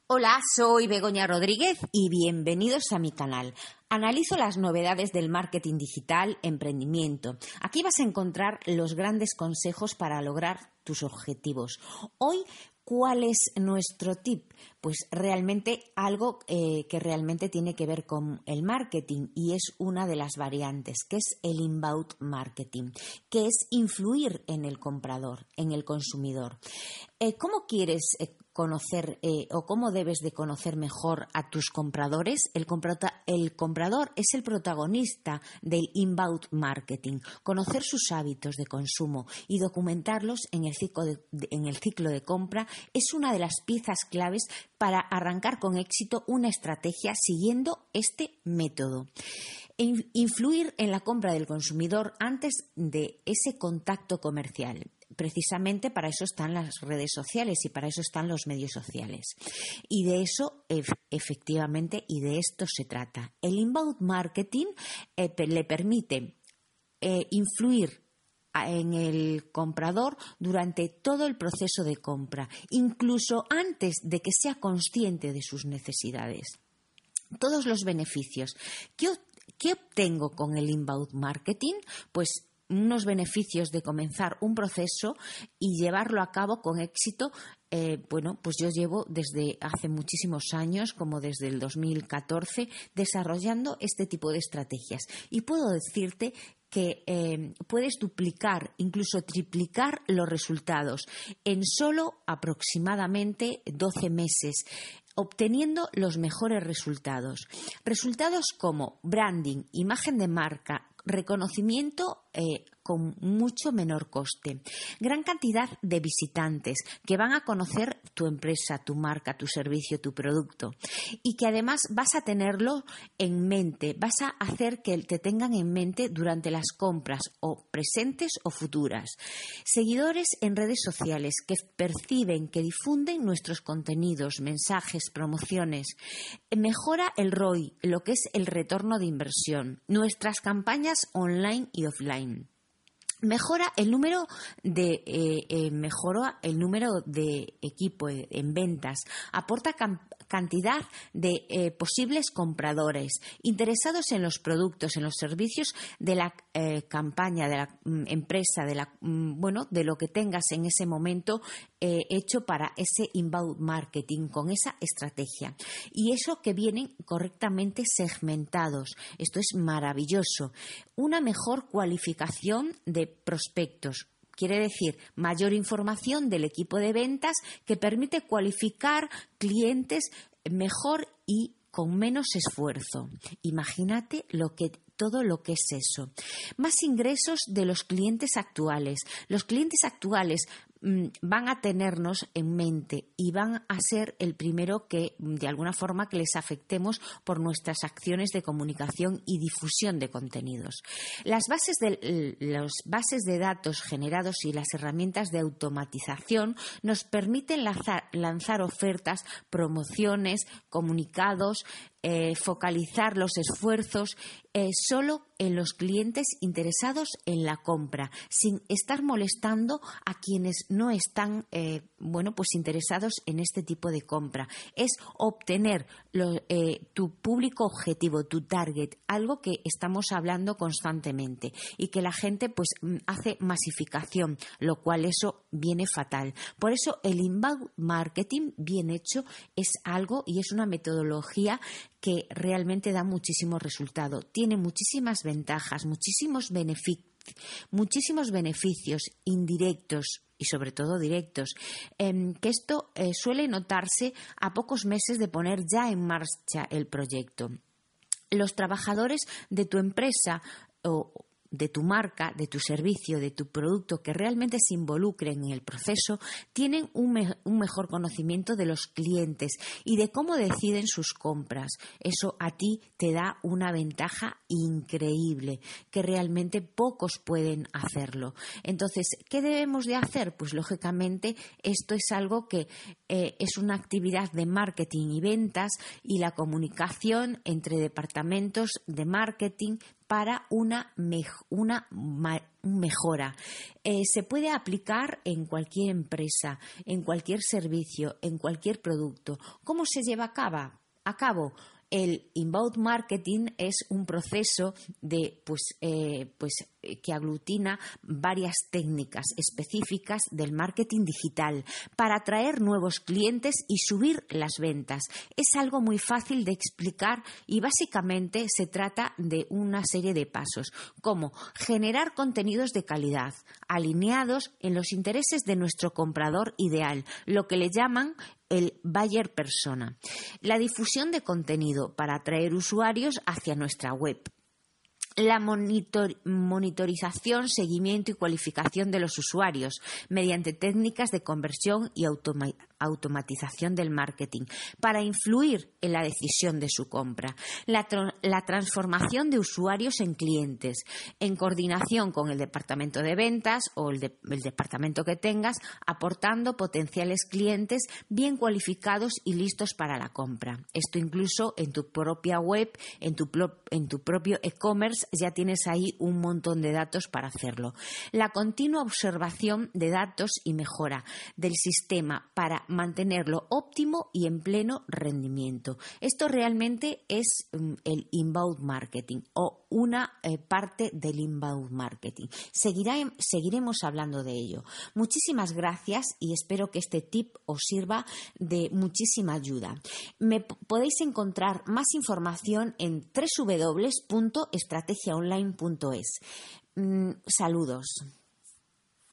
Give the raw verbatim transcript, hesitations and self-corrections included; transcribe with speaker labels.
Speaker 1: Hola, soy Begoña Rodríguez y bienvenidos a mi canal. Analizo las novedades del marketing digital, emprendimiento. Aquí vas a encontrar los grandes consejos para lograr tus objetivos. Hoy, ¿cuál es nuestro tip? Pues realmente algo eh, que realmente tiene que ver con el marketing y es una de las variantes, que es el inbound marketing, que es influir en el comprador, en el consumidor. Eh, ¿Cómo quieres eh, conocer eh, o cómo debes de conocer mejor a tus compradores? El, comprota- el comprador es el protagonista del inbound marketing. Conocer sus hábitos de consumo y documentarlos en el ciclo de, de, en el ciclo de compra es una de las piezas claves para arrancar con éxito una estrategia siguiendo este método. Influir en la compra del consumidor antes de ese contacto comercial. Precisamente para eso están las redes sociales y para eso están los medios sociales. Y de eso, efectivamente, y de esto se trata. El inbound marketing eh, le permite eh, influir en el comprador durante todo el proceso de compra, incluso antes de que sea consciente de sus necesidades. Todos los beneficios. ¿Qué, qué obtengo con el inbound marketing? Pues unos beneficios de comenzar un proceso y llevarlo a cabo con éxito. Eh, bueno, pues yo llevo desde hace muchísimos años, como desde el dos mil catorce, desarrollando este tipo de estrategias. Y puedo decirte que eh, puedes duplicar, incluso triplicar los resultados en solo aproximadamente doce meses, obteniendo los mejores resultados. Resultados como branding, imagen de marca, reconocimiento eh, con mucho menor coste, gran cantidad de visitantes que van a conocer tu empresa, tu marca, tu servicio, tu producto y que además vas a tenerlo en mente, vas a hacer que te tengan en mente durante las compras o presentes o futuras. Seguidores en redes sociales que perciben, que difunden nuestros contenidos, mensajes, promociones. Mejora el R O I, lo que es el retorno de inversión, nuestras campañas online y offline. Mejora el número de eh, eh, mejora el número de equipo en ventas, aporta cam- cantidad de eh, posibles compradores interesados en los productos, en los servicios de la eh, campaña, de la mm, empresa, de la mm, bueno, de lo que tengas en ese momento eh, hecho para ese inbound marketing con esa estrategia. Y eso que vienen correctamente segmentados. Esto es maravilloso. Una mejor cualificación de prospectos. Quiere decir, mayor información del equipo de ventas que permite cualificar clientes mejor y con menos esfuerzo. Imagínate lo que todo lo que es eso. Más ingresos de los clientes actuales. Los clientes actuales mmm, van a tenernos en mente y van a ser el primero que, de alguna forma, que les afectemos por nuestras acciones de comunicación y difusión de contenidos. Las bases de, los bases de datos generados y las herramientas de automatización nos permiten lanzar, lanzar ofertas, promociones, comunicados, eh, focalizar los esfuerzos eh, solo en los clientes interesados en la compra, sin estar molestando a quienes no están eh, bueno, pues interesados en este tipo de compra. Es obtener lo, eh, tu público objetivo, tu target, algo que estamos hablando constantemente y que la gente pues hace masificación, lo cual eso viene fatal. Por eso el inbound marketing bien hecho es algo y es una metodología que realmente da muchísimo resultado. Tiene muchísimas ventajas, muchísimos beneficios, muchísimos beneficios indirectos y sobre todo directos, eh, que esto eh, suele notarse a pocos meses de poner ya en marcha el proyecto. Los trabajadores de tu empresa o de tu marca, de tu servicio, de tu producto que realmente se involucren en el proceso, tienen un, me- un mejor conocimiento de los clientes y de cómo deciden sus compras. Eso a ti te da una ventaja increíble, que realmente pocos pueden hacerlo. Entonces, ¿qué debemos de hacer? Pues lógicamente esto es algo que eh, es una actividad de marketing y ventas y la comunicación entre departamentos de marketing para una, mej- una ma- mejora. Eh, se puede aplicar en cualquier empresa, en cualquier servicio, en cualquier producto. ¿Cómo se lleva a cabo? A cabo? El inbound marketing es un proceso de, pues, eh, pues, eh, que aglutina varias técnicas específicas del marketing digital para atraer nuevos clientes y subir las ventas. Es algo muy fácil de explicar y básicamente se trata de una serie de pasos, como generar contenidos de calidad, alineados en los intereses de nuestro comprador ideal, lo que le llaman el buyer persona. La difusión de contenido para atraer usuarios hacia nuestra web. La monitor- monitorización, seguimiento y cualificación de los usuarios mediante técnicas de conversión y automa- automatización del marketing para influir en la decisión de su compra. La, tr- la transformación de usuarios en clientes en coordinación con el departamento de ventas o el, de- el departamento que tengas, aportando potenciales clientes bien cualificados y listos para la compra. Esto incluso en tu propia web, en tu, plo- en tu propio e-commerce, ya tienes ahí un montón de datos para hacerlo. La continua observación de datos y mejora del sistema para mantenerlo óptimo y en pleno rendimiento. Esto realmente es um, el inbound marketing o una eh, parte del inbound marketing. Seguirá, seguiremos hablando de ello. Muchísimas gracias y espero que este tip os sirva de muchísima ayuda. Me p- podéis encontrar más información en doble u doble u doble u punto estrategia online punto es. Mm, saludos.